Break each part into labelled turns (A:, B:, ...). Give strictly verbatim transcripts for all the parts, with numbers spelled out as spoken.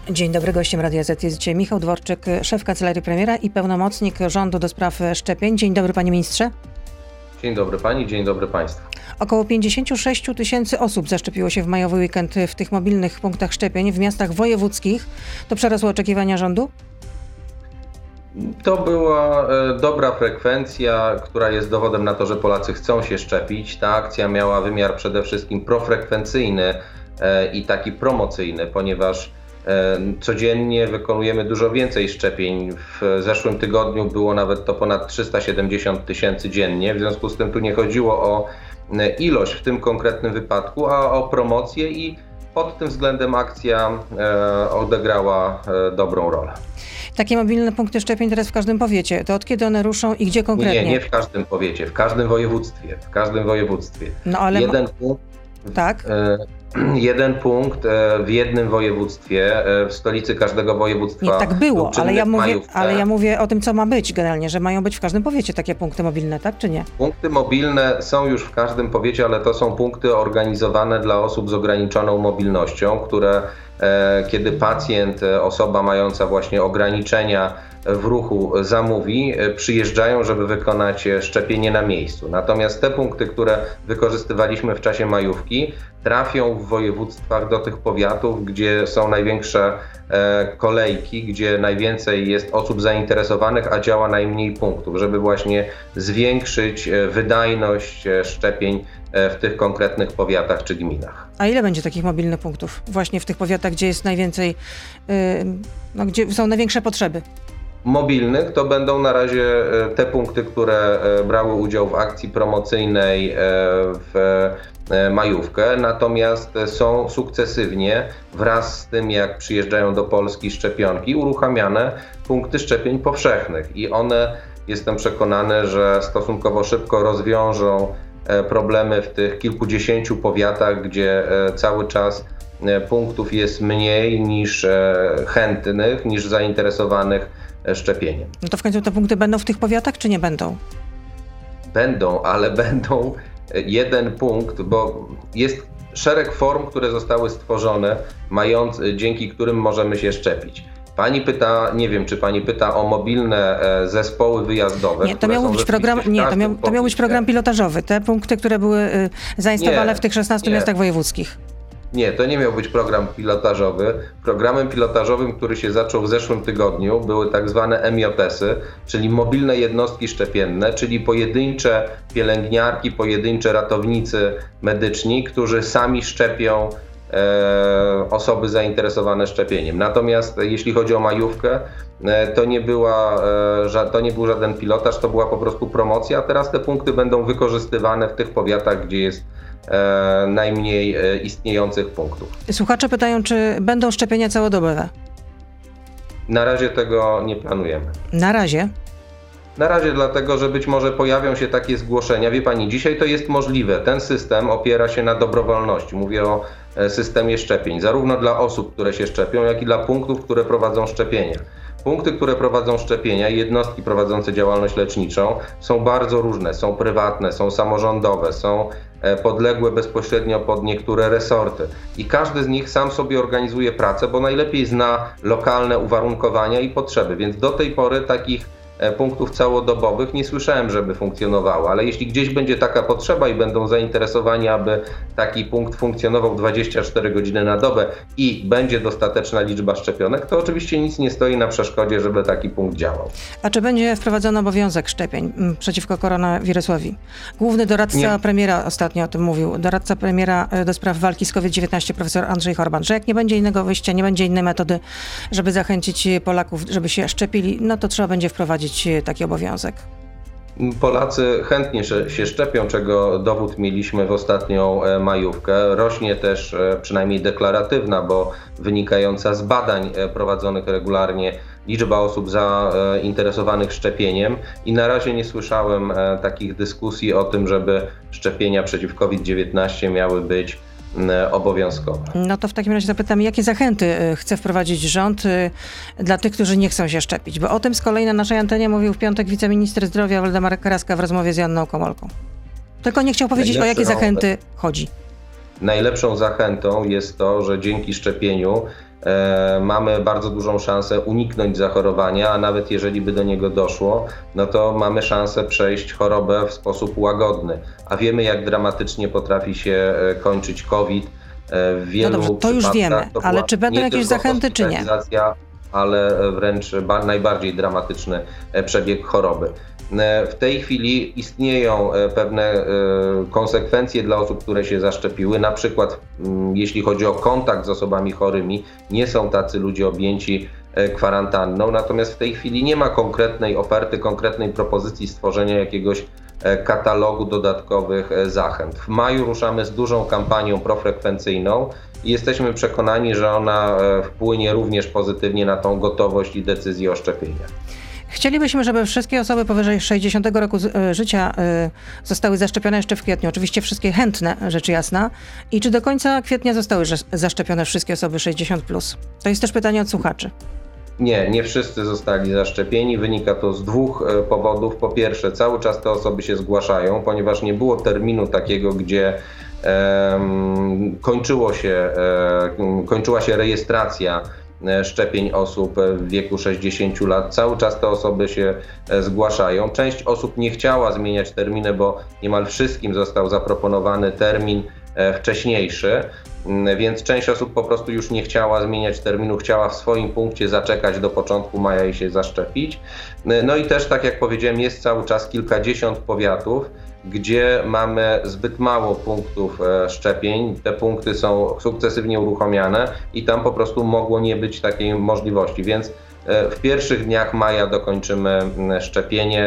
A: Dzień dobry, gościem Radia Z jest dzisiaj Michał Dworczyk, szef Kancelarii Premiera i pełnomocnik rządu do spraw szczepień. Dzień dobry, panie ministrze.
B: Dzień dobry pani, dzień dobry państwu.
A: Około pięćdziesiąt sześć tysięcy osób zaszczepiło się w majowy weekend w tych mobilnych punktach szczepień w miastach wojewódzkich. To przerosło oczekiwania rządu?
B: To była dobra frekwencja, która jest dowodem na to, że Polacy chcą się szczepić. Ta akcja miała wymiar przede wszystkim profrekwencyjny i taki promocyjny, ponieważ codziennie wykonujemy dużo więcej szczepień. W zeszłym tygodniu było nawet to ponad trzysta siedemdziesiąt tysięcy dziennie. W związku z tym tu nie chodziło o ilość w tym konkretnym wypadku, a o promocję i pod tym względem akcja odegrała dobrą rolę.
A: Takie mobilne punkty szczepień teraz w każdym powiecie. To od kiedy one ruszą i gdzie konkretnie?
B: Nie, nie w każdym powiecie, w każdym województwie. W każdym województwie.
A: No ale...
B: Jeden punkt,
A: tak?
B: Jeden punkt w jednym województwie, w stolicy każdego województwa.
A: Nie, tak było, ale ja, mówię,
B: majówce.
A: ale ja mówię o tym, co ma być generalnie, że mają być w każdym powiecie takie punkty mobilne, tak czy nie?
B: Punkty mobilne są już w każdym powiecie, ale to są punkty organizowane dla osób z ograniczoną mobilnością, które e, kiedy pacjent, osoba mająca właśnie ograniczenia w ruchu zamówi, przyjeżdżają, żeby wykonać szczepienie na miejscu. Natomiast te punkty, które wykorzystywaliśmy w czasie majówki, trafią w województwach do tych powiatów, gdzie są największe kolejki, gdzie najwięcej jest osób zainteresowanych, a działa najmniej punktów, żeby właśnie zwiększyć wydajność szczepień w tych konkretnych powiatach czy gminach.
A: A ile będzie takich mobilnych punktów właśnie w tych powiatach, gdzie jest najwięcej, yy, no, gdzie są największe potrzeby?
B: Mobilnych to będą na razie te punkty, które brały udział w akcji promocyjnej w majówkę, natomiast są sukcesywnie wraz z tym, jak przyjeżdżają do Polski szczepionki, uruchamiane punkty szczepień powszechnych i one, jestem przekonany, że stosunkowo szybko rozwiążą problemy w tych kilkudziesięciu powiatach, gdzie cały czas punktów jest mniej niż chętnych, niż zainteresowanych szczepieniem.
A: No to w końcu te punkty będą w tych powiatach, czy nie będą?
B: Będą, ale będą jeden punkt, bo jest szereg form, które zostały stworzone, mając, dzięki którym możemy się szczepić. Pani pyta, nie wiem, czy pani pyta o mobilne zespoły wyjazdowe.
A: Nie, to miał być program, nie, to miał, to miał być program pilotażowy. Te punkty, które były y, zainstalowane nie, w tych szesnastu nie. miastach wojewódzkich.
B: Nie, to nie miał być program pilotażowy. Programem pilotażowym, który się zaczął w zeszłym tygodniu, były tak zwane M J S-y, czyli mobilne jednostki szczepienne, czyli pojedyncze pielęgniarki, pojedyncze ratownicy medyczni, którzy sami szczepią e, osoby zainteresowane szczepieniem. Natomiast jeśli chodzi o majówkę, e, to, nie była, e, ża- to nie był żaden pilotaż, to była po prostu promocja, a teraz te punkty będą wykorzystywane w tych powiatach, gdzie jest E, najmniej e, istniejących punktów.
A: Słuchacze pytają, czy będą szczepienia całodobowe?
B: Na razie tego nie planujemy.
A: Na razie?
B: Na razie dlatego, że być może pojawią się takie zgłoszenia. Wie pani, dzisiaj to jest możliwe. Ten system opiera się na dobrowolności. Mówię o systemie szczepień, zarówno dla osób, które się szczepią, jak i dla punktów, które prowadzą szczepienia. Punkty, które prowadzą szczepienia i jednostki prowadzące działalność leczniczą są bardzo różne. Są prywatne, są samorządowe, są podległe bezpośrednio pod niektóre resorty. I każdy z nich sam sobie organizuje pracę, bo najlepiej zna lokalne uwarunkowania i potrzeby. Więc do tej pory takich punktów całodobowych nie słyszałem, żeby funkcjonowało, ale jeśli gdzieś będzie taka potrzeba i będą zainteresowani, aby taki punkt funkcjonował dwadzieścia cztery godziny na dobę i będzie dostateczna liczba szczepionek, to oczywiście nic nie stoi na przeszkodzie, żeby taki punkt działał.
A: A czy będzie wprowadzony obowiązek szczepień przeciwko koronawirusowi? Główny doradca nie. premiera ostatnio o tym mówił, doradca premiera do spraw walki z COVID dziewiętnaście, profesor Andrzej Horban, że jak nie będzie innego wyjścia, nie będzie innej metody, żeby zachęcić Polaków, żeby się szczepili, no to trzeba będzie wprowadzić taki obowiązek.
B: Polacy chętnie się szczepią, czego dowód mieliśmy w ostatnią majówkę. Rośnie też, przynajmniej deklaratywna, bo wynikająca z badań prowadzonych regularnie, liczba osób zainteresowanych szczepieniem i na razie nie słyszałem takich dyskusji o tym, żeby szczepienia przeciw COVID dziewiętnaście miały być obowiązkowe.
A: No to w takim razie zapytam, jakie zachęty chce wprowadzić rząd dla tych, którzy nie chcą się szczepić? Bo o tym z kolei na naszej antenie mówił w piątek wiceminister zdrowia Waldemar Kraska w rozmowie z Joanną Komolką. Tylko nie chciał powiedzieć, o jakie zachęty chodzi.
B: najlepszą zachętą jest to, że dzięki szczepieniu e, mamy bardzo dużą szansę uniknąć zachorowania, a nawet jeżeli by do niego doszło, no to mamy szansę przejść chorobę w sposób łagodny. A wiemy, jak dramatycznie potrafi się kończyć COVID. W wielu
A: no dobrze, to już wiemy,
B: to
A: ale czy będą jakieś zachęty, czy nie?
B: Ale wręcz najbardziej dramatyczny przebieg choroby. W tej chwili istnieją pewne konsekwencje dla osób, które się zaszczepiły. Na przykład jeśli chodzi o kontakt z osobami chorymi, nie są tacy ludzie objęci kwarantanną, natomiast w tej chwili nie ma konkretnej oferty, konkretnej propozycji stworzenia jakiegoś katalogu dodatkowych zachęt. W maju ruszamy z dużą kampanią profrekwencyjną i jesteśmy przekonani, że ona wpłynie również pozytywnie na tą gotowość i decyzję o szczepieniach.
A: Chcielibyśmy, żeby wszystkie osoby powyżej sześćdziesiątego roku życia zostały zaszczepione jeszcze w kwietniu. Oczywiście wszystkie chętne, rzecz jasna. I czy do końca kwietnia zostały zaszczepione wszystkie osoby sześćdziesiąt plus? To jest też pytanie od słuchaczy.
B: Nie, nie wszyscy zostali zaszczepieni. Wynika to z dwóch powodów. Po pierwsze, cały czas te osoby się zgłaszają, ponieważ nie było terminu takiego, gdzie um, kończyło się, um, kończyła się rejestracja szczepień osób w wieku sześćdziesięciu lat. Cały czas te osoby się zgłaszają. Część osób nie chciała zmieniać terminy, bo niemal wszystkim został zaproponowany termin wcześniejszy, więc część osób po prostu już nie chciała zmieniać terminu, chciała w swoim punkcie zaczekać do początku maja i się zaszczepić. No i też, tak jak powiedziałem, jest cały czas kilkadziesiąt powiatów, gdzie mamy zbyt mało punktów szczepień. Te punkty są sukcesywnie uruchamiane i tam po prostu mogło nie być takiej możliwości, więc w pierwszych dniach maja dokończymy szczepienie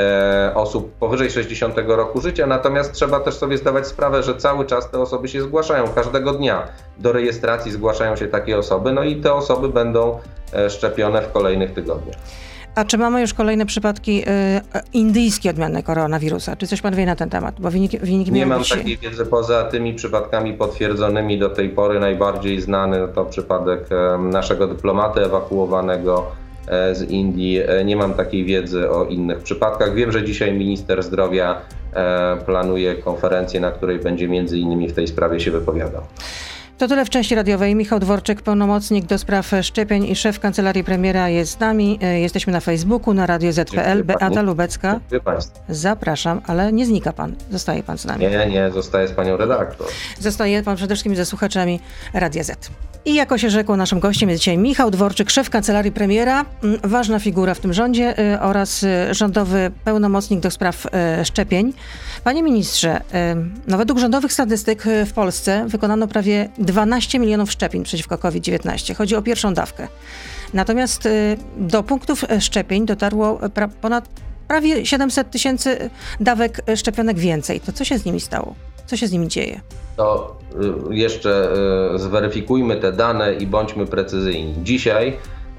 B: osób powyżej sześćdziesiątego roku życia, natomiast trzeba też sobie zdawać sprawę, że cały czas te osoby się zgłaszają, każdego dnia do rejestracji zgłaszają się takie osoby, no i te osoby będą szczepione w kolejnych tygodniach.
A: A czy mamy już kolejne przypadki y, indyjskiej odmiany koronawirusa? Czy coś pan wie na ten temat? Bo wyniki, wyniki
B: Nie mam
A: być...
B: takiej wiedzy. Poza tymi przypadkami potwierdzonymi do tej pory najbardziej znany to przypadek naszego dyplomaty ewakuowanego z Indii. Nie mam takiej wiedzy o innych przypadkach. Wiem, że dzisiaj minister zdrowia planuje konferencję, na której będzie między innymi w tej sprawie się wypowiadał.
A: To tyle w części radiowej. Michał Dworczyk, pełnomocnik do spraw szczepień i szef kancelarii premiera jest z nami. Jesteśmy na Facebooku, na Radio Z P L. Beata Lubecka.
B: Dziękuję Państwu.
A: Zapraszam, ale nie znika pan. Zostaje pan z nami.
B: Nie, nie, zostaje z panią redaktor.
A: Zostaje pan przede wszystkim ze słuchaczami Radia Z. I jako się rzekło, naszym gościem jest dzisiaj Michał Dworczyk, szef kancelarii premiera, ważna figura w tym rządzie oraz rządowy pełnomocnik do spraw szczepień. Panie ministrze, no według rządowych statystyk w Polsce wykonano prawie dwanaście milionów szczepień przeciwko COVID dziewiętnaście. Chodzi o pierwszą dawkę. Natomiast do punktów szczepień dotarło pra- ponad prawie siedemset tysięcy dawek szczepionek więcej. To co się z nimi stało? Co się z nimi dzieje?
B: To jeszcze zweryfikujmy te dane i bądźmy precyzyjni. Dzisiaj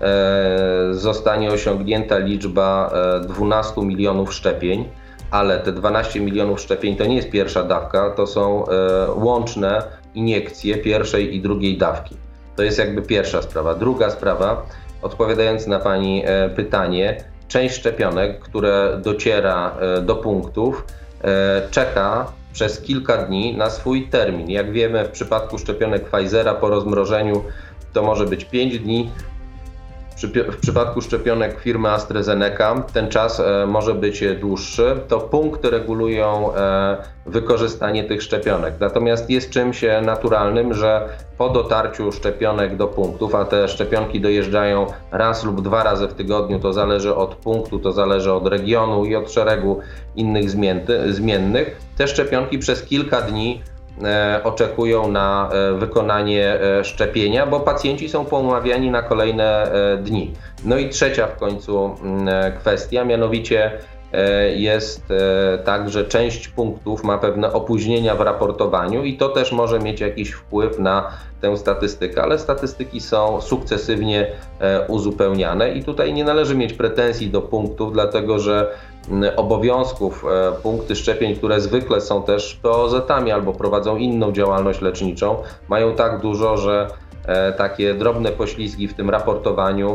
B: zostanie osiągnięta liczba dwunastu milionów szczepień, ale te dwanaście milionów szczepień to nie jest pierwsza dawka, to są łączne iniekcje pierwszej i drugiej dawki. To jest jakby pierwsza sprawa. Druga sprawa, odpowiadając na Pani pytanie, część szczepionek, które dociera do punktów, czeka przez kilka dni na swój termin. Jak wiemy, w przypadku szczepionek Pfizera po rozmrożeniu to może być pięć dni. W przypadku szczepionek firmy AstraZeneca ten czas może być dłuższy. To punkty regulują wykorzystanie tych szczepionek. Natomiast jest czymś naturalnym, że po dotarciu szczepionek do punktów, a te szczepionki dojeżdżają raz lub dwa razy w tygodniu, to zależy od punktu, to zależy od regionu i od szeregu innych zmiennych, te szczepionki przez kilka dni oczekują na wykonanie szczepipienia, bo pacjenci są poumawiani na kolejne dni. No i trzecia w końcu kwestia, mianowicie jest tak, że część punktów ma pewne opóźnienia w raportowaniu i to też może mieć jakiś wpływ na tę statystykę, ale statystyki są sukcesywnie uzupełniane i tutaj nie należy mieć pretensji do punktów, dlatego że obowiązków punkty szczepień, które zwykle są też P O Z-ami albo prowadzą inną działalność leczniczą, mają tak dużo, że takie drobne poślizgi w tym raportowaniu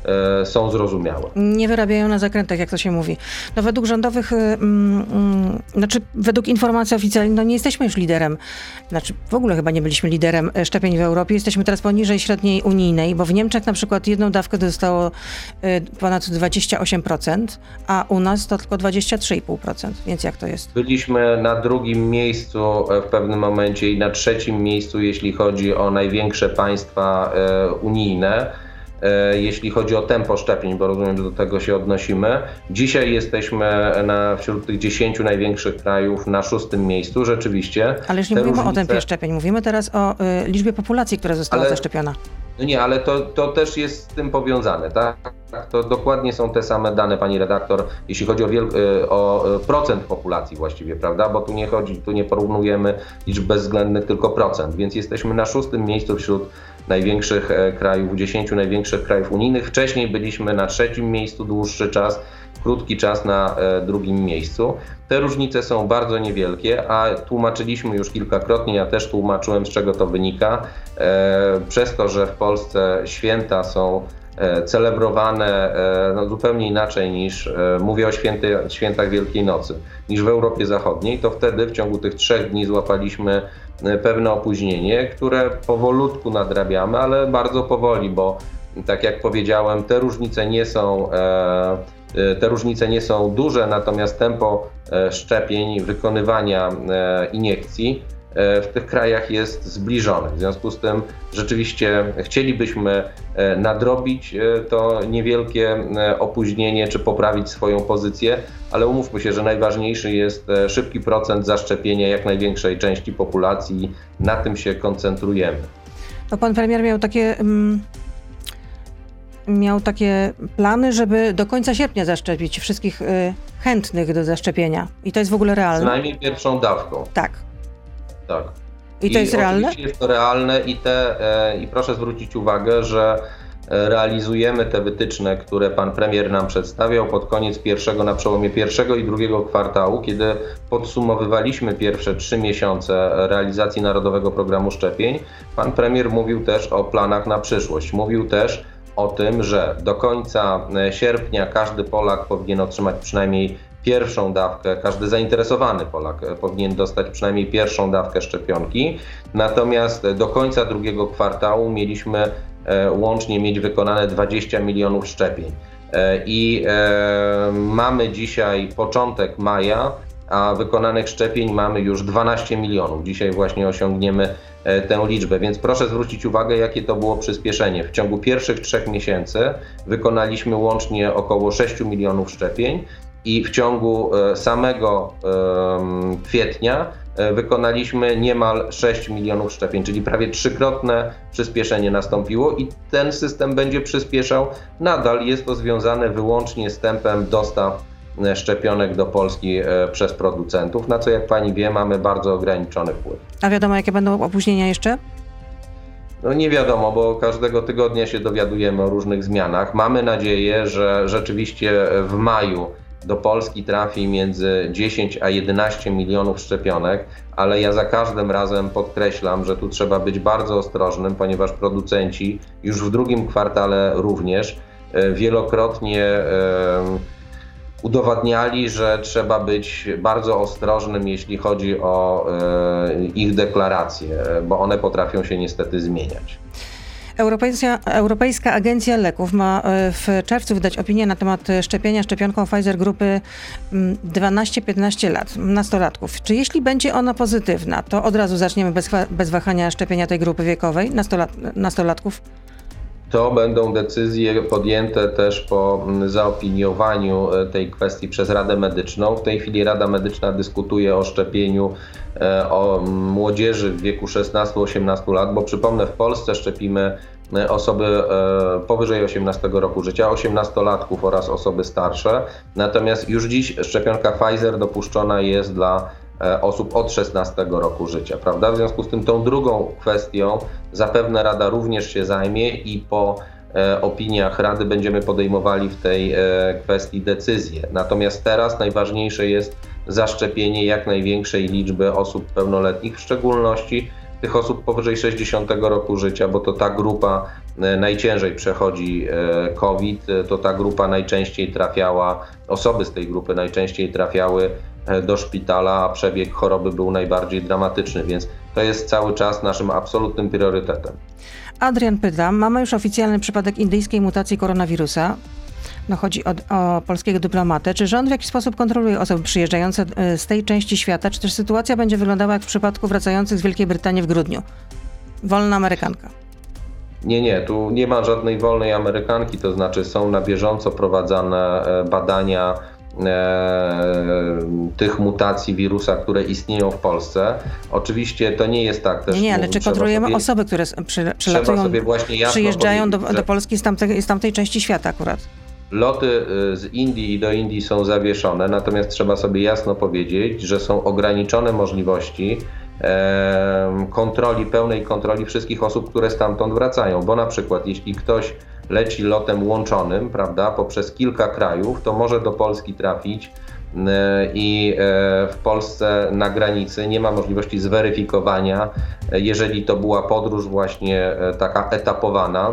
B: są zrozumiałe.
A: Nie wyrabiają na zakrętach, jak to się mówi. No według rządowych, mm, mm, znaczy według informacji oficjalnych, no nie jesteśmy już liderem, znaczy w ogóle chyba nie byliśmy liderem szczepień w Europie. Jesteśmy teraz poniżej średniej unijnej, bo w Niemczech na przykład jedną dawkę dostało y, ponad dwadzieścia osiem procent, a u nas to tylko dwadzieścia trzy i pół procent. Więc jak to jest?
B: Byliśmy na drugim miejscu w pewnym momencie i na trzecim miejscu, jeśli chodzi o największe państwa y, unijne. Jeśli chodzi o tempo szczepień, bo rozumiem, że do tego się odnosimy. Dzisiaj jesteśmy na, wśród tych dziesięciu największych krajów na szóstym miejscu, rzeczywiście.
A: Ale już nie mówimy różnice... o tempie szczepień, mówimy teraz o y, liczbie populacji, która została ale... zaszczepiona.
B: No nie, ale to, to też jest z tym powiązane, tak? To dokładnie są te same dane, pani redaktor, jeśli chodzi o, wiel... o procent populacji właściwie, prawda? Bo tu nie chodzi, tu nie porównujemy liczb bezwzględnych, tylko procent, więc jesteśmy na szóstym miejscu wśród największych krajów, dziesięciu największych krajów unijnych. Wcześniej byliśmy na trzecim miejscu dłuższy czas, krótki czas na drugim miejscu. Te różnice są bardzo niewielkie, a tłumaczyliśmy już kilkakrotnie, ja też tłumaczyłem, z czego to wynika. Przez to, że w Polsce święta są celebrowane no, zupełnie inaczej niż, mówię o święty, świętach Wielkiej Nocy, niż w Europie Zachodniej, to wtedy w ciągu tych trzech dni złapaliśmy pewne opóźnienie, które powolutku nadrabiamy, ale bardzo powoli, bo tak jak powiedziałem, te różnice nie są, te różnice nie są duże, natomiast tempo szczepień, wykonywania iniekcji w tych krajach jest zbliżone. W związku z tym rzeczywiście chcielibyśmy nadrobić to niewielkie opóźnienie czy poprawić swoją pozycję, ale umówmy się, że najważniejszy jest szybki procent zaszczepienia jak największej części populacji. Na tym się koncentrujemy.
A: No, pan premier miał takie, mm, miał takie plany, żeby do końca sierpnia zaszczepić wszystkich y, chętnych do zaszczepienia. I to jest w ogóle realne?
B: Co najmniej pierwszą dawką.
A: Tak.
B: Tak.
A: I to I jest realne?
B: Jest to realne i, te, e, i proszę zwrócić uwagę, że realizujemy te wytyczne, które pan premier nam przedstawiał pod koniec pierwszego, na przełomie pierwszego i drugiego kwartału, kiedy podsumowywaliśmy pierwsze trzy miesiące realizacji Narodowego Programu Szczepień. Pan premier mówił też o planach na przyszłość. Mówił też o tym, że do końca sierpnia każdy Polak powinien otrzymać przynajmniej pierwszą dawkę, każdy zainteresowany Polak powinien dostać przynajmniej pierwszą dawkę szczepionki. Natomiast do końca drugiego kwartału mieliśmy łącznie mieć wykonane dwadzieścia milionów szczepień. I mamy dzisiaj początek maja, a wykonanych szczepień mamy już dwanaście milionów. Dzisiaj właśnie osiągniemy tę liczbę, więc proszę zwrócić uwagę, jakie to było przyspieszenie. W ciągu pierwszych trzech miesięcy wykonaliśmy łącznie około sześć milionów szczepień i w ciągu samego kwietnia wykonaliśmy niemal sześć milionów szczepień, czyli prawie trzykrotne przyspieszenie nastąpiło i ten system będzie przyspieszał. Nadal jest to związane wyłącznie z tempem dostaw szczepionek do Polski przez producentów, na co, jak pani wie, mamy bardzo ograniczony wpływ.
A: A wiadomo, jakie będą opóźnienia jeszcze?
B: No nie wiadomo, bo każdego tygodnia się dowiadujemy o różnych zmianach. Mamy nadzieję, że rzeczywiście w maju do Polski trafi między dziesięć a jedenaście milionów szczepionek, ale ja za każdym razem podkreślam, że tu trzeba być bardzo ostrożnym, ponieważ producenci już w drugim kwartale również wielokrotnie udowadniali, że trzeba być bardzo ostrożnym, jeśli chodzi o ich deklaracje, bo one potrafią się niestety zmieniać.
A: Europejska, Europejska Agencja Leków ma w czerwcu wydać opinię na temat szczepienia szczepionką Pfizer grupy dwanaście piętnaście lat, nastolatków. Czy jeśli będzie ona pozytywna, to od razu zaczniemy bez, bez wahania szczepienia tej grupy wiekowej, nastolat, nastolatków?
B: To będą decyzje podjęte też po zaopiniowaniu tej kwestii przez Radę Medyczną. W tej chwili Rada Medyczna dyskutuje o szczepieniu o młodzieży w wieku szesnastu osiemnastu lat, bo przypomnę, w Polsce szczepimy osoby powyżej osiemnastego roku życia, osiemnastolatków oraz osoby starsze. Natomiast już dziś szczepionka Pfizer dopuszczona jest dla osób od szesnastego roku życia, prawda? W związku z tym tą drugą kwestią zapewne Rada również się zajmie i po e, opiniach Rady będziemy podejmowali w tej e, kwestii decyzje. Natomiast teraz najważniejsze jest zaszczepienie jak największej liczby osób pełnoletnich, w szczególności tych osób powyżej sześćdziesiątego roku życia, bo to ta grupa najciężej przechodzi COVID, to ta grupa najczęściej trafiała, osoby z tej grupy najczęściej trafiały do szpitala, a przebieg choroby był najbardziej dramatyczny, więc to jest cały czas naszym absolutnym priorytetem.
A: Adrian pyta, mamy już oficjalny przypadek indyjskiej mutacji koronawirusa. No chodzi o, o polskiego dyplomatę. Czy rząd w jakiś sposób kontroluje osoby przyjeżdżające z tej części świata, czy też sytuacja będzie wyglądała jak w przypadku wracających z Wielkiej Brytanii w grudniu? Wolna Amerykanka.
B: Nie, nie, tu nie ma żadnej wolnej Amerykanki, to znaczy są na bieżąco prowadzone badania e, tych mutacji wirusa, które istnieją w Polsce. Oczywiście to nie jest tak też.
A: Nie, nie, ale czy kontrolujemy sobie, osoby, które przy, przylatują, sobie właśnie przyjeżdżają do, do Polski z tamtej, z tamtej części świata akurat?
B: Loty z Indii i do Indii są zawieszone, natomiast trzeba sobie jasno powiedzieć, że są ograniczone możliwości e, kontroli, pełnej kontroli wszystkich osób, które stamtąd wracają, bo na przykład jeśli ktoś leci lotem łączonym, prawda, poprzez kilka krajów, to może do Polski trafić e, i e, w Polsce na granicy nie ma możliwości zweryfikowania, e, jeżeli to była podróż właśnie e, taka etapowana.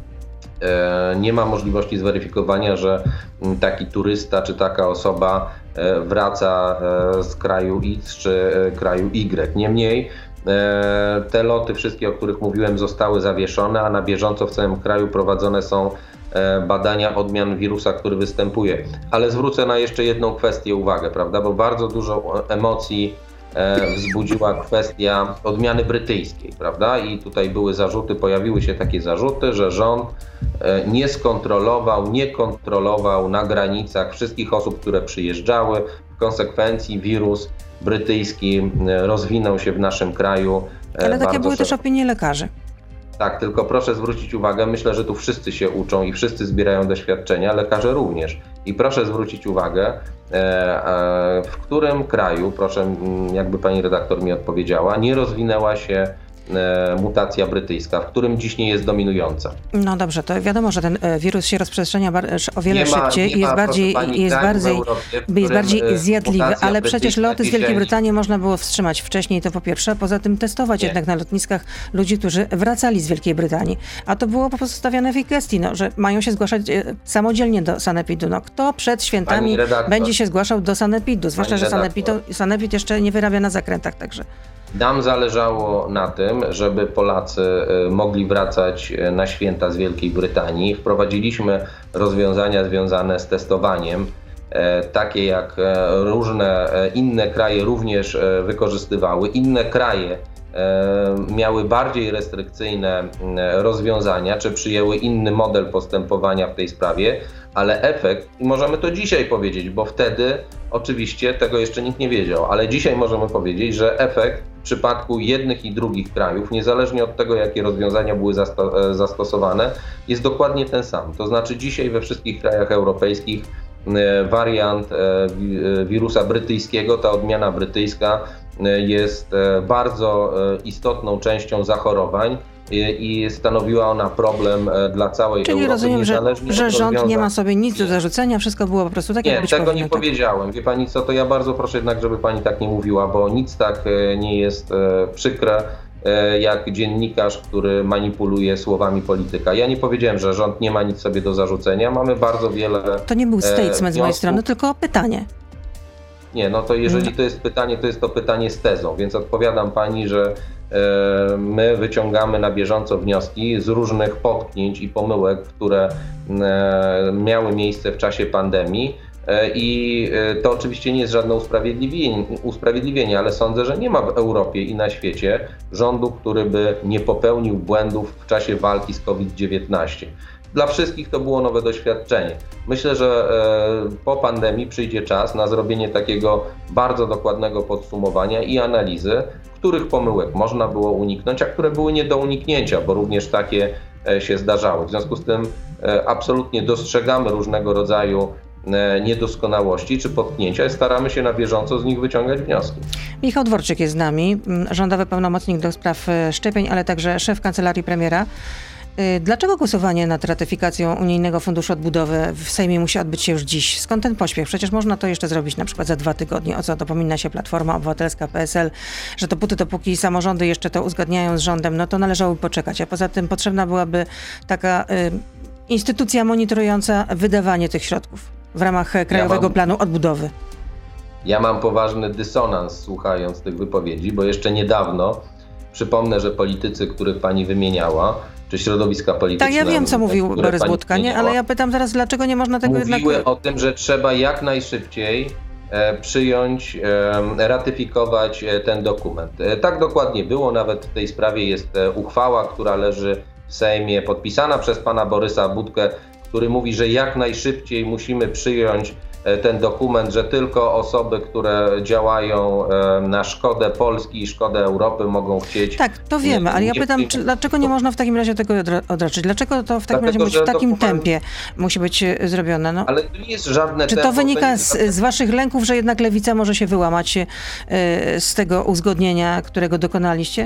B: Nie ma możliwości zweryfikowania, że taki turysta czy taka osoba wraca z kraju X czy kraju Y. Niemniej te loty, wszystkie, o których mówiłem, zostały zawieszone, a na bieżąco w całym kraju prowadzone są badania odmian wirusa, który występuje. Ale zwrócę na jeszcze jedną kwestię uwagę, prawda, bo bardzo dużo emocji wzbudziła kwestia odmiany brytyjskiej, prawda? I tutaj były zarzuty, pojawiły się takie zarzuty, że rząd nie skontrolował, nie kontrolował na granicach wszystkich osób, które przyjeżdżały. W konsekwencji wirus brytyjski rozwinął się w naszym kraju.
A: Ale takie były też opinie lekarzy.
B: Tak, tylko proszę zwrócić uwagę, myślę, że tu wszyscy się uczą i wszyscy zbierają doświadczenia, lekarze również. I proszę zwrócić uwagę, w którym kraju, proszę, jakby pani redaktor mi odpowiedziała, nie rozwinęła się mutacja brytyjska, w którym dziś nie jest dominująca.
A: No dobrze, to wiadomo, że ten wirus się rozprzestrzenia o wiele ma, szybciej i jest bardziej, jest bardziej, Europie, jest bardziej zjadliwy, ale przecież loty z Wielkiej Brytanii można było wstrzymać wcześniej, to po pierwsze, poza tym testować nie. jednak na lotniskach ludzi, którzy wracali z Wielkiej Brytanii, a to było po prostu stawiane w ich gestii, no, że mają się zgłaszać samodzielnie do sanepidu. No, kto przed świętami będzie się zgłaszał do sanepidu, zwłaszcza, że sanepid, sanepid jeszcze nie wyrabia na zakrętach, także.
B: Nam zależało na tym, żeby Polacy mogli wracać na święta z Wielkiej Brytanii. Wprowadziliśmy rozwiązania związane z testowaniem, takie jak różne inne kraje również wykorzystywały. Inne kraje miały bardziej restrykcyjne rozwiązania, czy przyjęły inny model postępowania w tej sprawie, ale efekt, i możemy to dzisiaj powiedzieć, bo wtedy oczywiście tego jeszcze nikt nie wiedział, ale dzisiaj możemy powiedzieć, że efekt w przypadku jednych i drugich krajów, niezależnie od tego, jakie rozwiązania były zasto- zastosowane, jest dokładnie ten sam. To znaczy dzisiaj we wszystkich krajach europejskich wariant wirusa brytyjskiego, ta odmiana brytyjska jest bardzo istotną częścią zachorowań i stanowiła ona problem dla całej
A: Czyli
B: Europy.
A: Czyli rozumiem, że, że rząd nie ma sobie nic do zarzucenia, wszystko było po prostu tak,
B: nie,
A: jak być
B: tego
A: powinno,
B: nie
A: tak?
B: powiedziałem. Wie pani co, to ja bardzo proszę jednak, żeby pani tak nie mówiła, bo nic tak nie jest przykre, jak dziennikarz, który manipuluje słowami polityka. Ja nie powiedziałem, że rząd nie ma nic sobie do zarzucenia. Mamy bardzo wiele
A: To nie był statement z mojej strony, tylko pytanie.
B: Nie, no to jeżeli to jest pytanie, to jest to pytanie z tezą, więc odpowiadam pani, że e, my wyciągamy na bieżąco wnioski z różnych potknięć i pomyłek, które e, miały miejsce w czasie pandemii e, i e, to oczywiście nie jest żadne usprawiedliwienie, usprawiedliwienie, ale sądzę, że nie ma w Europie i na świecie rządu, który by nie popełnił błędów w czasie walki z COVID dziewiętnaście. Dla wszystkich to było nowe doświadczenie. Myślę, że e, po pandemii przyjdzie czas na zrobienie takiego bardzo dokładnego podsumowania i analizy, których pomyłek można było uniknąć, a które były nie do uniknięcia, bo również takie e, się zdarzały. W związku z tym e, absolutnie dostrzegamy różnego rodzaju e, niedoskonałości czy potknięcia i staramy się na bieżąco z nich wyciągać wnioski.
A: Michał Dworczyk jest z nami, rządowy pełnomocnik do spraw szczepień, ale także szef kancelarii premiera. Dlaczego głosowanie nad ratyfikacją Unijnego Funduszu Odbudowy w Sejmie musi odbyć się już dziś? Skąd ten pośpiech? Przecież można to jeszcze zrobić na przykład za dwa tygodnie. O co dopomina się Platforma Obywatelska, P S L, że dopóty, dopóki samorządy jeszcze to uzgadniają z rządem, no to należałoby poczekać. A poza tym potrzebna byłaby taka y, instytucja monitorująca wydawanie tych środków w ramach Krajowego
B: ja mam,
A: Planu Odbudowy.
B: Ja mam poważny dysonans słuchając tych wypowiedzi, bo jeszcze niedawno, przypomnę, że politycy, których pani wymieniała, czy środowiska polityczne...
A: Tak, ja wiem, co mówił Borys Budka, nie? Ale ja pytam zaraz, dlaczego nie można tego
B: mówiły
A: jednak...
B: o tym, że trzeba jak najszybciej e, przyjąć, e, ratyfikować e, ten dokument. E, tak dokładnie było, nawet w tej sprawie jest e, uchwała, która leży w Sejmie, podpisana przez pana Borysa Budkę, który mówi, że jak najszybciej musimy przyjąć ten dokument, że tylko osoby, które działają na szkodę Polski i szkodę Europy mogą chcieć...
A: Tak, to wiemy, ale ja pytam, czy, dlaczego nie można w takim razie tego odraczyć? Dlaczego to w takim Dlatego, razie w takim dokument... tempie musi być zrobione? No,
B: ale to nie jest żadne
A: Czy
B: tempo,
A: to wynika
B: to
A: z, z waszych lęków, że jednak Lewica może się wyłamać y, z tego uzgodnienia, którego dokonaliście?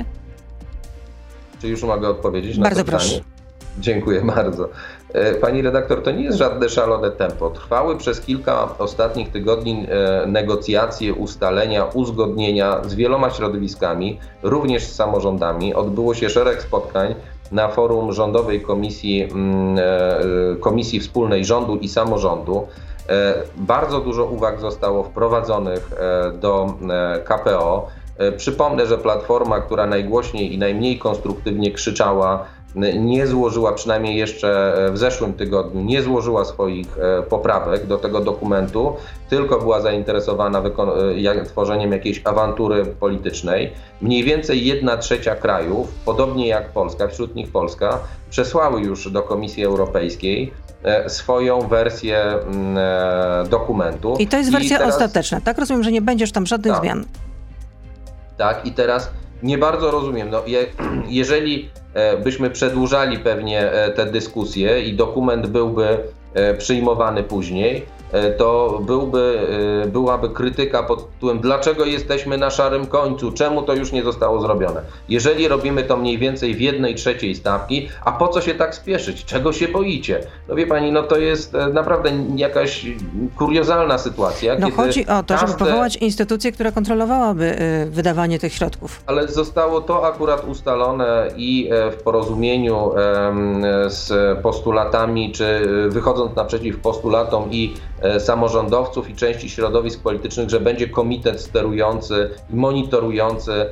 B: Czy już mogę odpowiedzieć na
A: Bardzo
B: to pytanie?
A: proszę.
B: Dziękuję bardzo. Pani redaktor, to nie jest żadne szalone tempo. Trwały przez kilka ostatnich tygodni negocjacje, ustalenia, uzgodnienia z wieloma środowiskami, również z samorządami. Odbyło się szereg spotkań na forum rządowej komisji, Komisji Wspólnej Rządu i Samorządu. Bardzo dużo uwag zostało wprowadzonych do K P O. Przypomnę, że Platforma, która najgłośniej i najmniej konstruktywnie krzyczała, nie złożyła, przynajmniej jeszcze w zeszłym tygodniu, nie złożyła swoich poprawek do tego dokumentu, tylko była zainteresowana tworzeniem jakiejś awantury politycznej. Mniej więcej jedna trzecia krajów, podobnie jak Polska, wśród nich Polska, przesłały już do Komisji Europejskiej swoją wersję dokumentu.
A: I to jest wersja
B: teraz...
A: ostateczna, tak? Rozumiem, że nie będziesz tam żadnych
B: tak.
A: zmian.
B: Tak, i teraz nie bardzo rozumiem, no, je, jeżeli e, byśmy przedłużali pewnie e, te dyskusje i dokument byłby e, przyjmowany później, e, to byłby, e, byłaby krytyka pod tytułem, dlaczego jesteśmy na szarym końcu, czemu to już nie zostało zrobione. Jeżeli robimy to mniej więcej w jednej trzeciej stawki, a po co się tak spieszyć, czego się boicie? No wie pani, no to jest e, naprawdę jakaś kuriozalna sytuacja.
A: No
B: kiedy
A: chodzi o to,
B: każde...
A: żeby powołać instytucję, która kontrolowałaby y, wydawanie tych środków.
B: Ale zostało to akurat ustalone i w porozumieniu z postulatami, czy wychodząc naprzeciw postulatom i samorządowców i części środowisk politycznych, że będzie komitet sterujący i monitorujący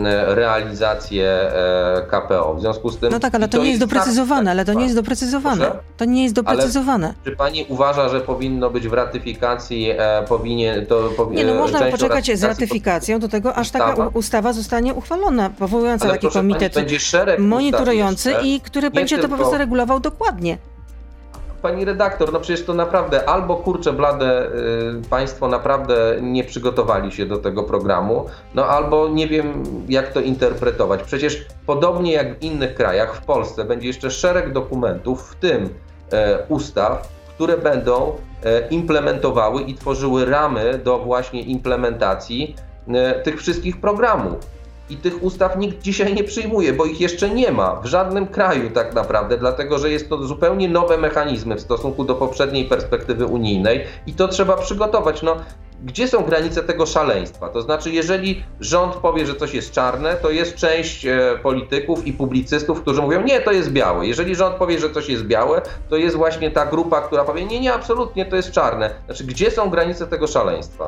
B: realizację K P O. W związku z tym...
A: No tak, ale to, to nie jest doprecyzowane, ale to nie jest doprecyzowane.
B: Proszę?
A: To nie jest doprecyzowane.
B: Ale czy pani uważa, że powinno być w ratyfikacji, e, powinien to... Powi-
A: nie, no można poczekać z ratyfikacją do tego, aż taka u- ustawa zostanie uchwalona, powołująca
B: ale
A: taki komitet
B: pani, będzie szereg
A: monitorujący i który będzie tylko... to po prostu regulował dokładnie.
B: Pani redaktor, no przecież to naprawdę albo kurczę blade, y, państwo naprawdę nie przygotowali się do tego programu, no albo nie wiem jak to interpretować. Przecież podobnie jak w innych krajach, w Polsce będzie jeszcze szereg dokumentów, w tym e, ustaw, które będą e, implementowały i tworzyły ramy do właśnie implementacji e, tych wszystkich programów. I tych ustaw nikt dzisiaj nie przyjmuje, bo ich jeszcze nie ma w żadnym kraju tak naprawdę, dlatego że jest to zupełnie nowe mechanizmy w stosunku do poprzedniej perspektywy unijnej i to trzeba przygotować. No, gdzie są granice tego szaleństwa? To znaczy, jeżeli rząd powie, że coś jest czarne, to jest część e, polityków i publicystów, którzy mówią, nie, to jest białe. Jeżeli rząd powie, że coś jest białe, to jest właśnie ta grupa, która powie, nie, nie, absolutnie, to jest czarne. Znaczy, gdzie są granice tego szaleństwa?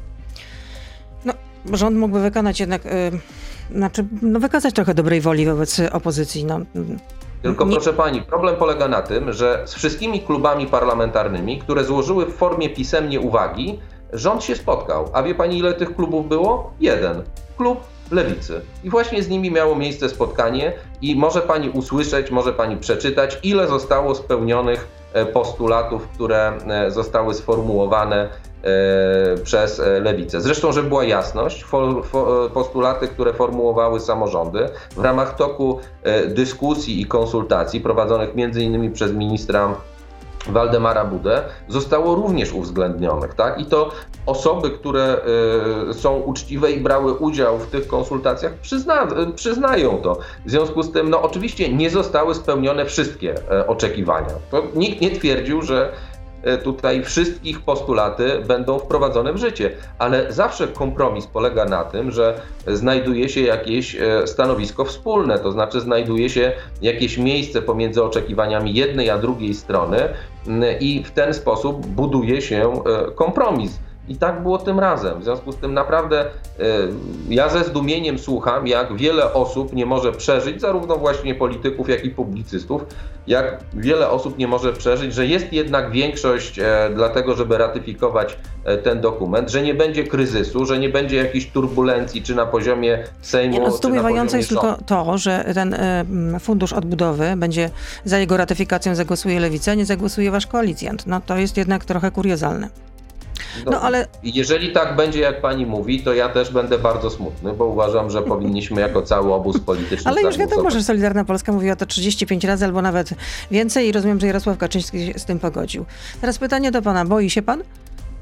A: No, rząd mógłby wykonać jednak, yy, znaczy, no, wykazać trochę dobrej woli wobec opozycji. No.
B: Tylko
A: nie...
B: proszę pani, problem polega na tym, że z wszystkimi klubami parlamentarnymi, które złożyły w formie pisemnie uwagi, rząd się spotkał. A wie pani, ile tych klubów było? Jeden. Klub Lewicy. I właśnie z nimi miało miejsce spotkanie i może pani usłyszeć, może pani przeczytać, ile zostało spełnionych postulatów, które zostały sformułowane przez Lewicę. Zresztą, żeby była jasność, for, for, postulaty, które formułowały samorządy w ramach toku dyskusji i konsultacji prowadzonych między innymi przez ministra Waldemara Budę zostało również uwzględnionych, tak? I to osoby, które y, są uczciwe i brały udział w tych konsultacjach, przyzna, y, przyznają to. W związku z tym, no oczywiście nie zostały spełnione wszystkie y, oczekiwania. To nikt nie twierdził, że tutaj wszystkich postulaty będą wprowadzone w życie, ale zawsze kompromis polega na tym, że znajduje się jakieś stanowisko wspólne, to znaczy znajduje się jakieś miejsce pomiędzy oczekiwaniami jednej a drugiej strony i w ten sposób buduje się kompromis. I tak było tym razem. W związku z tym naprawdę y, ja ze zdumieniem słucham, jak wiele osób nie może przeżyć, zarówno właśnie polityków, jak i publicystów, jak wiele osób nie może przeżyć, że jest jednak większość e, dlatego, żeby ratyfikować e, ten dokument, że nie będzie kryzysu, że nie będzie jakichś turbulencji, czy na poziomie Sejmu,
A: nie, no, zdumiewające
B: jest
A: tylko to, że ten e, fundusz odbudowy będzie, za jego ratyfikacją zagłosuje Lewica, nie zagłosuje wasz koalicjant. No to jest jednak trochę kuriozalne.
B: No,
A: no, ale...
B: Jeżeli tak będzie, jak pani mówi, to ja też będę bardzo smutny, bo uważam, że powinniśmy jako cały obóz polityczny
A: Ale już wiadomo, że Solidarna Polska mówiła to trzydzieści pięć razy albo nawet więcej i rozumiem, że Jarosław Kaczyński się z tym pogodził. Teraz pytanie do pana. Boi się pan?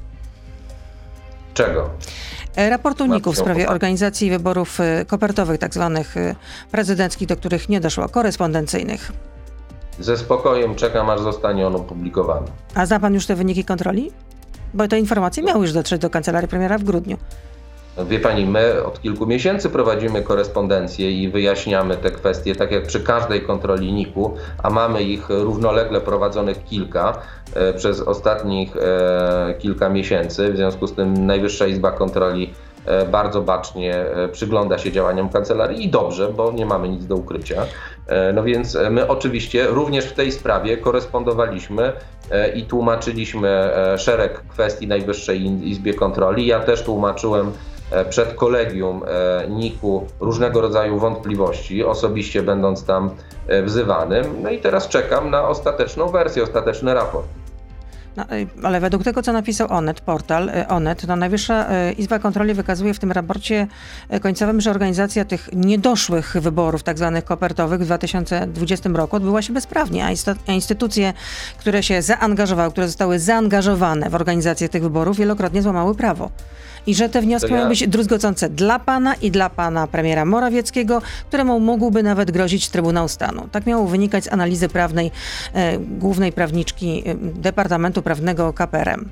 B: Czego?
A: Raportu NIK-u w sprawie organizacji wyborów kopertowych, tak zwanych prezydenckich, do których nie doszło, korespondencyjnych.
B: Ze spokojem czekam, aż zostanie on opublikowany.
A: A zna pan już te wyniki kontroli? Bo te informacje miały już dotrzeć do kancelarii premiera w grudniu.
B: Wie pani, my od kilku miesięcy prowadzimy korespondencję i wyjaśniamy te kwestie, tak jak przy każdej kontroli NIK-u, a mamy ich równolegle prowadzonych kilka e, przez ostatnich e, kilka miesięcy. W związku z tym Najwyższa Izba Kontroli e, bardzo bacznie e, przygląda się działaniom kancelarii i dobrze, bo nie mamy nic do ukrycia. E, no więc my oczywiście również w tej sprawie korespondowaliśmy e, i tłumaczyliśmy e, szereg kwestii Najwyższej Izbie Kontroli. Ja też tłumaczyłem przed kolegium NIK-u różnego rodzaju wątpliwości, osobiście będąc tam wzywanym. No i teraz czekam na ostateczną wersję, ostateczny raport.
A: No, ale według tego, co napisał Onet, portal Onet, to Najwyższa Izba Kontroli wykazuje w tym raporcie końcowym, że organizacja tych niedoszłych wyborów, tak zwanych kopertowych w dwa tysiące dwudziestym roku odbyła się bezprawnie, a instytucje, które się zaangażowały, które zostały zaangażowane w organizację tych wyborów, wielokrotnie złamały prawo. I że te wnioski ja... mają być druzgocące dla pana i dla pana premiera Morawieckiego, któremu mógłby nawet grozić Trybunał Stanu. Tak miało wynikać z analizy prawnej e, głównej prawniczki e, Departamentu Prawnego K P R M.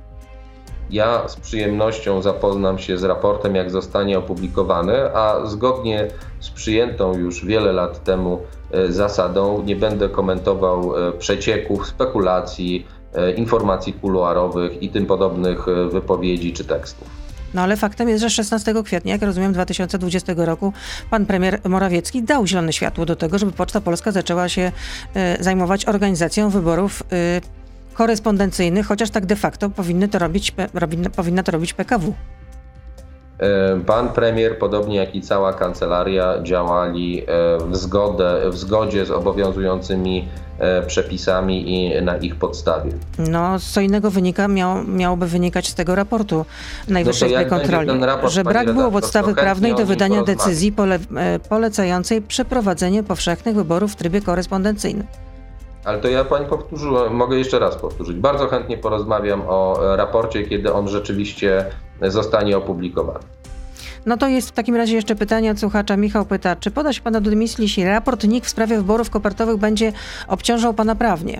B: Ja z przyjemnością zapoznam się z raportem, jak zostanie opublikowany, a zgodnie z przyjętą już wiele lat temu e, zasadą nie będę komentował e, przecieków, spekulacji, e, informacji kuluarowych i tym podobnych e, wypowiedzi czy tekstów.
A: No ale faktem jest, że szesnastego kwietnia, jak rozumiem, dwa tysiące dwudziestego roku pan premier Morawiecki dał zielone światło do tego, żeby Poczta Polska zaczęła się y, zajmować organizacją wyborów y, korespondencyjnych, chociaż tak de facto powinny to robić, robi, powinna to robić P K W.
B: Pan premier, podobnie jak i cała kancelaria, działali w, zgodę, w zgodzie z obowiązującymi przepisami i na ich podstawie.
A: No, co innego wynika, miał, miałoby wynikać z tego raportu Najwyższej Izby no Kontroli, raport, że brak było podstawy prawnej do wydania decyzji pole, polecającej przeprowadzenie powszechnych wyborów w trybie korespondencyjnym.
B: Ale to ja pani powtórzyłem, mogę jeszcze raz powtórzyć. Bardzo chętnie porozmawiam o raporcie, kiedy on rzeczywiście zostanie opublikowany.
A: No to jest w takim razie jeszcze pytanie od słuchacza. Michał pyta, czy poda się pana do dymisji, jeśli raport NIK w sprawie wyborów kopertowych będzie obciążał pana prawnie?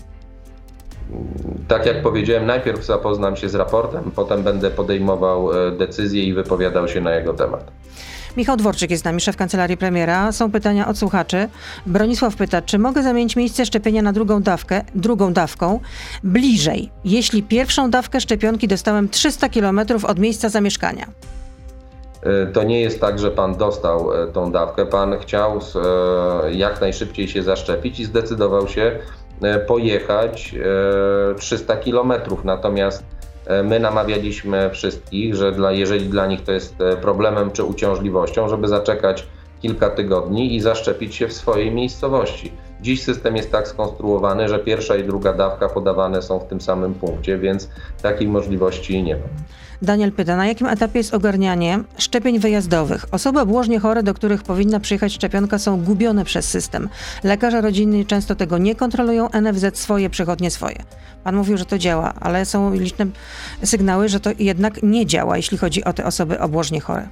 B: Tak jak powiedziałem, najpierw zapoznam się z raportem, potem będę podejmował decyzję i wypowiadał się na jego temat.
A: Michał Dworczyk jest z nami, szef kancelarii premiera. Są pytania od słuchaczy. Bronisław pyta, czy mogę zamienić miejsce szczepienia na drugą dawkę, drugą dawką bliżej, jeśli pierwszą dawkę szczepionki dostałem trzysta kilometrów od miejsca zamieszkania?
B: To nie jest tak, że pan dostał tą dawkę. Pan chciał jak najszybciej się zaszczepić i zdecydował się pojechać trzysta kilometrów. Natomiast my namawialiśmy wszystkich, że dla, jeżeli dla nich to jest problemem czy uciążliwością, żeby zaczekać kilka tygodni i zaszczepić się w swojej miejscowości. Dziś system jest tak skonstruowany, że pierwsza i druga dawka podawane są w tym samym punkcie, więc takiej możliwości nie ma.
A: Daniel pyta, na jakim etapie jest ogarnianie szczepień wyjazdowych? Osoby obłożnie chore, do których powinna przyjechać szczepionka, są gubione przez system. Lekarze rodzinni często tego nie kontrolują, N F Z swoje, przychodnie swoje. Pan mówił, że to działa, ale są liczne sygnały, że to jednak nie działa, jeśli chodzi o te osoby obłożnie chore.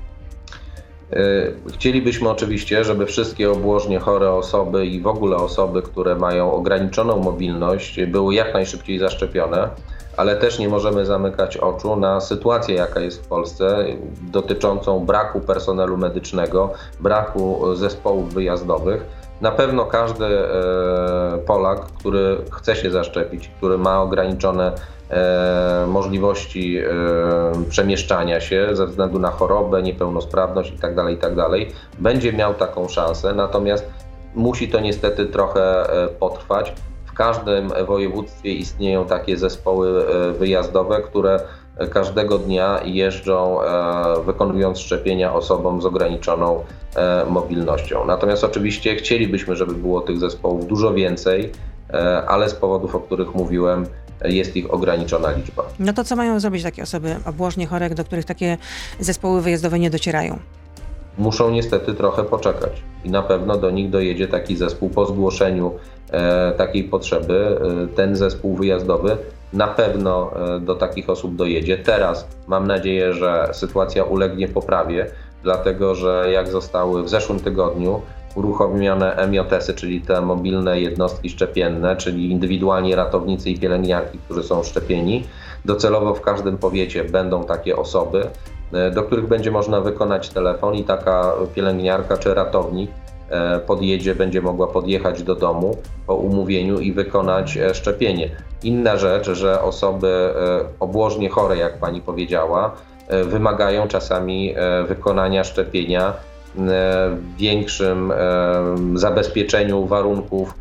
B: Chcielibyśmy oczywiście, żeby wszystkie obłożnie chore osoby i w ogóle osoby, które mają ograniczoną mobilność, były jak najszybciej zaszczepione, ale też nie możemy zamykać oczu na sytuację, jaka jest w Polsce, dotyczącą braku personelu medycznego, braku zespołów wyjazdowych. Na pewno każdy Polak, który chce się zaszczepić, który ma ograniczone możliwości przemieszczania się ze względu na chorobę, niepełnosprawność itd., itd., będzie miał taką szansę, natomiast musi to niestety trochę potrwać. W każdym województwie istnieją takie zespoły wyjazdowe, które każdego dnia jeżdżą, wykonując szczepienia osobom z ograniczoną mobilnością. Natomiast oczywiście chcielibyśmy, żeby było tych zespołów dużo więcej, ale z powodów, o których mówiłem, jest ich ograniczona liczba.
A: No to co mają zrobić takie osoby obłożnie chore, do których takie zespoły wyjazdowe nie docierają?
B: Muszą niestety trochę poczekać i na pewno do nich dojedzie taki zespół po zgłoszeniu e, takiej potrzeby. E, ten zespół wyjazdowy na pewno e, do takich osób dojedzie. Teraz mam nadzieję, że sytuacja ulegnie poprawie, dlatego że jak zostały w zeszłym tygodniu uruchomione M J S-y, czyli te mobilne jednostki szczepienne, czyli indywidualni ratownicy i pielęgniarki, którzy są szczepieni, docelowo w każdym powiecie będą takie osoby, do których będzie można wykonać telefon i taka pielęgniarka czy ratownik podjedzie, będzie mogła podjechać do domu po umówieniu i wykonać szczepienie. Inna rzecz, że osoby obłożnie chore, jak pani powiedziała, wymagają czasami wykonania szczepienia w większym zabezpieczeniu warunków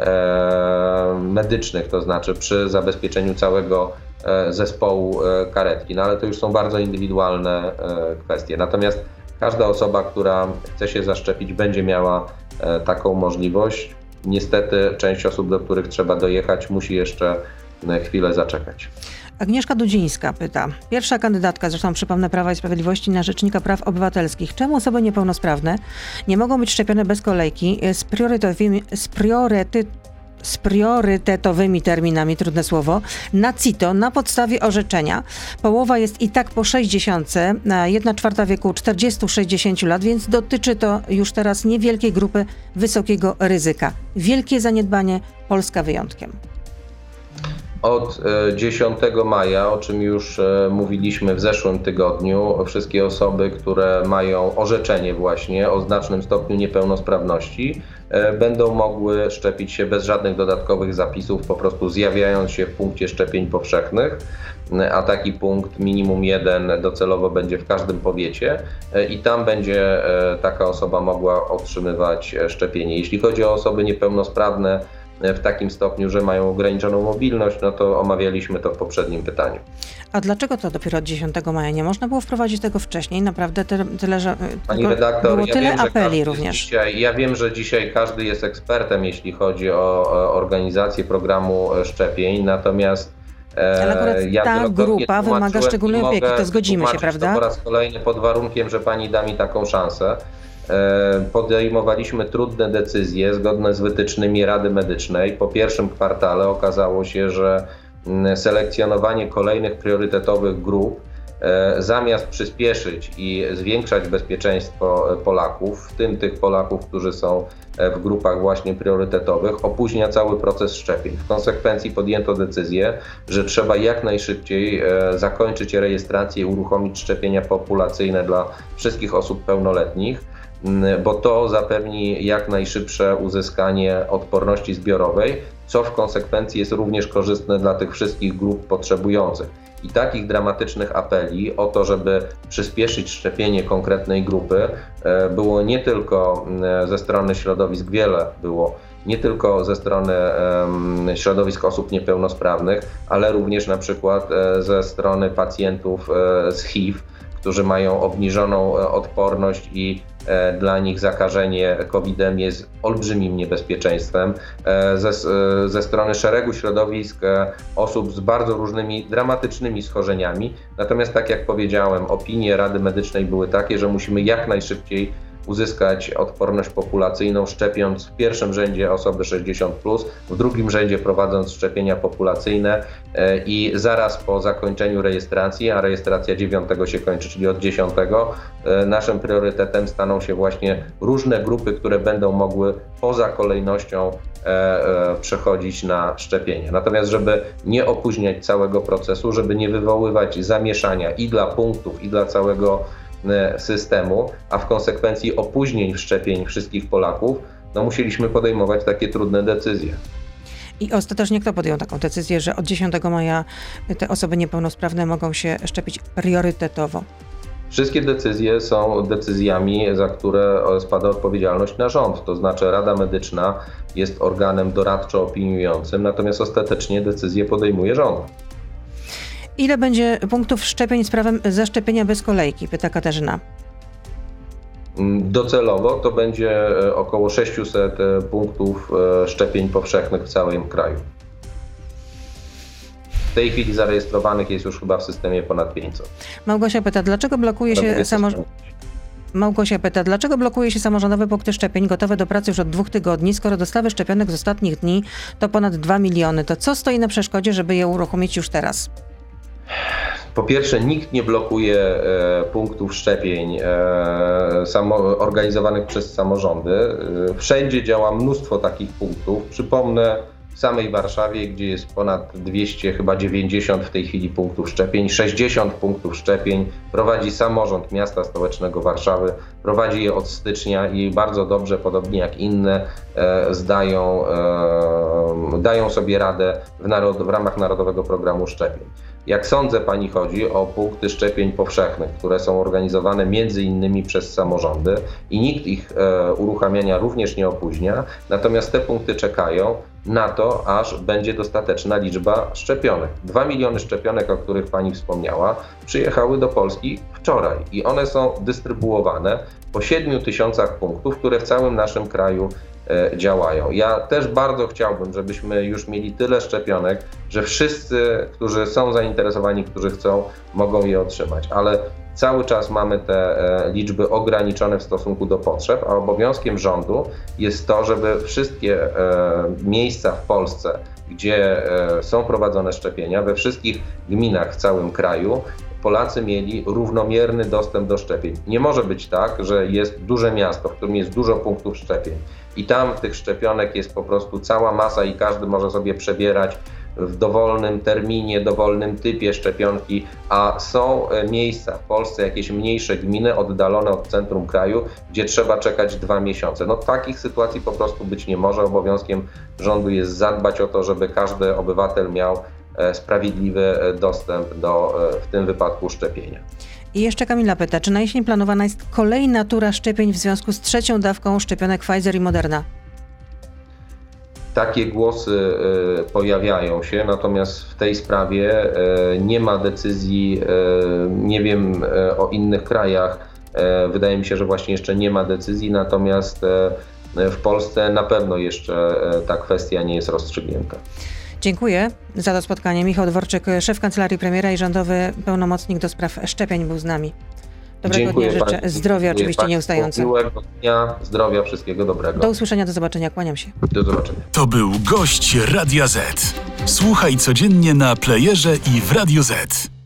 B: medycznych, to znaczy przy zabezpieczeniu całego zespołu karetki, no ale to już są bardzo indywidualne kwestie. Natomiast każda osoba, która chce się zaszczepić, będzie miała taką możliwość. Niestety część osób, do których trzeba dojechać, musi jeszcze chwilę zaczekać.
A: Agnieszka Dudzińska pyta, pierwsza kandydatka, zresztą przypomnę, Prawa i Sprawiedliwości na Rzecznika Praw Obywatelskich. Czemu osoby niepełnosprawne nie mogą być szczepione bez kolejki z priorytetowymi, z priorytet, z priorytetowymi terminami, trudne słowo, na C I T O na podstawie orzeczenia? Połowa jest i tak po sześćdziesiątce, jedna czwarta wieku czterdziestu do sześćdziesięciu lat, więc dotyczy to już teraz niewielkiej grupy wysokiego ryzyka. Wielkie zaniedbanie, Polska wyjątkiem.
B: Od dziesiątego maja, o czym już mówiliśmy w zeszłym tygodniu, wszystkie osoby, które mają orzeczenie właśnie o znacznym stopniu niepełnosprawności, będą mogły szczepić się bez żadnych dodatkowych zapisów, po prostu zjawiając się w punkcie szczepień powszechnych, a taki punkt minimum jeden docelowo będzie w każdym powiecie i tam będzie taka osoba mogła otrzymywać szczepienie. Jeśli chodzi o osoby niepełnosprawne w takim stopniu, że mają ograniczoną mobilność, no to omawialiśmy to w poprzednim pytaniu.
A: A dlaczego to dopiero od dziesiątego maja? Nie można było wprowadzić tego wcześniej? Naprawdę tyle, tyle że
B: Pani redaktor,
A: było
B: ja
A: tyle
B: wiem,
A: apeli również.
B: Dzisiaj, ja wiem, że dzisiaj każdy jest ekspertem, jeśli chodzi o, o organizację programu szczepień, natomiast
A: ale akurat
B: ja
A: ta grupa wymaga szczególnej opieki, to zgodzimy się, prawda?
B: To po raz kolejny pod warunkiem, że pani da mi taką szansę. Podejmowaliśmy trudne decyzje zgodne z wytycznymi Rady Medycznej. Po pierwszym kwartale okazało się, że selekcjonowanie kolejnych priorytetowych grup zamiast przyspieszyć i zwiększać bezpieczeństwo Polaków, w tym tych Polaków, którzy są w grupach właśnie priorytetowych, opóźnia cały proces szczepień. W konsekwencji podjęto decyzję, że trzeba jak najszybciej zakończyć rejestrację i uruchomić szczepienia populacyjne dla wszystkich osób pełnoletnich, bo to zapewni jak najszybsze uzyskanie odporności zbiorowej, co w konsekwencji jest również korzystne dla tych wszystkich grup potrzebujących. I takich dramatycznych apeli o to, żeby przyspieszyć szczepienie konkretnej grupy, było nie tylko ze strony środowisk, wiele było, nie tylko ze strony środowisk osób niepełnosprawnych, ale również na przykład ze strony pacjentów z H I V, którzy mają obniżoną odporność i dla nich zakażenie kowidem jest olbrzymim niebezpieczeństwem. Ze, ze strony szeregu środowisk osób z bardzo różnymi dramatycznymi schorzeniami. Natomiast tak jak powiedziałem, opinie Rady Medycznej były takie, że musimy jak najszybciej uzyskać odporność populacyjną, szczepiąc w pierwszym rzędzie osoby sześćdziesiąt plus, w drugim rzędzie prowadząc szczepienia populacyjne i zaraz po zakończeniu rejestracji, a rejestracja dziewiątego się kończy, czyli od dziesiątego, naszym priorytetem staną się właśnie różne grupy, które będą mogły poza kolejnością przechodzić na szczepienie. Natomiast żeby nie opóźniać całego procesu, żeby nie wywoływać zamieszania i dla punktów, i dla całego systemu, a w konsekwencji opóźnień szczepień wszystkich Polaków, no musieliśmy podejmować takie trudne decyzje.
A: I ostatecznie kto podjął taką decyzję, że od dziesiątego maja te osoby niepełnosprawne mogą się szczepić priorytetowo?
B: Wszystkie decyzje są decyzjami, za które spada odpowiedzialność na rząd. To znaczy Rada Medyczna jest organem doradczo opiniującym, natomiast ostatecznie decyzję podejmuje rząd.
A: Ile będzie punktów szczepień z prawem zaszczepienia bez kolejki? Pyta Katarzyna.
B: Docelowo to będzie około sześćset punktów szczepień powszechnych w całym kraju. W tej chwili zarejestrowanych jest już chyba w systemie ponad pięćset.
A: Małgosia pyta, dlaczego blokuje się samorząd... Małgosia pyta, dlaczego blokuje się samorządowe punkty szczepień gotowe do pracy już od dwóch tygodni, skoro dostawy szczepionek z ostatnich dni to ponad dwa miliony. To co stoi na przeszkodzie, żeby je uruchomić już teraz?
B: Po pierwsze, nikt nie blokuje e, punktów szczepień e, samo, organizowanych przez samorządy. E, wszędzie działa mnóstwo takich punktów. Przypomnę, w samej Warszawie, gdzie jest ponad dwieście, chyba dziewięćdziesiąt w tej chwili punktów szczepień, sześćdziesiąt punktów szczepień prowadzi samorząd miasta stołecznego Warszawy. Prowadzi je od stycznia i bardzo dobrze, podobnie jak inne, e, zdają, e, dają sobie radę w, narod, w ramach Narodowego Programu Szczepień. Jak sądzę, pani chodzi o punkty szczepień powszechnych, które są organizowane między innymi przez samorządy i nikt ich e, uruchamiania również nie opóźnia, natomiast te punkty czekają na to, aż będzie dostateczna liczba szczepionek. Dwa miliony szczepionek, o których pani wspomniała, przyjechały do Polski wczoraj i one są dystrybuowane po siedmiu tysiącach punktów, które w całym naszym kraju działają. Ja też bardzo chciałbym, żebyśmy już mieli tyle szczepionek, że wszyscy, którzy są zainteresowani, którzy chcą, mogą je otrzymać, ale cały czas mamy te liczby ograniczone w stosunku do potrzeb, a obowiązkiem rządu jest to, żeby wszystkie miejsca w Polsce, gdzie są prowadzone szczepienia, we wszystkich gminach w całym kraju, Polacy mieli równomierny dostęp do szczepień. Nie może być tak, że jest duże miasto, w którym jest dużo punktów szczepień i tam tych szczepionek jest po prostu cała masa i każdy może sobie przebierać w dowolnym terminie, dowolnym typie szczepionki, a są miejsca w Polsce, jakieś mniejsze gminy oddalone od centrum kraju, gdzie trzeba czekać dwa miesiące. No takich sytuacji po prostu być nie może. Obowiązkiem rządu jest zadbać o to, żeby każdy obywatel miał sprawiedliwy dostęp do, w tym wypadku, szczepienia.
A: I jeszcze Kamila pyta, czy na jesień planowana jest kolejna tura szczepień w związku z trzecią dawką szczepionek Pfizer i Moderna?
B: Takie głosy y, pojawiają się, natomiast w tej sprawie y, nie ma decyzji, y, nie wiem y, o innych krajach, y, wydaje mi się, że właśnie jeszcze nie ma decyzji, natomiast y, w Polsce na pewno jeszcze y, ta kwestia nie jest rozstrzygnięta.
A: Dziękuję za to spotkanie. Michał Dworczyk, szef Kancelarii Premiera i rządowy pełnomocnik do spraw szczepień, był z nami. Dobrego
B: Dziękuję
A: dnia życzę.
B: Pani.
A: Zdrowia
B: Dziękuję
A: oczywiście
B: Państwu.
A: nieustająco.
B: Miłego dnia, zdrowia, wszystkiego dobrego.
A: Do usłyszenia, do zobaczenia. Kłaniam się.
B: Do zobaczenia.
C: To był gość Radia Z. Słuchaj codziennie na playerze i w Radio Z.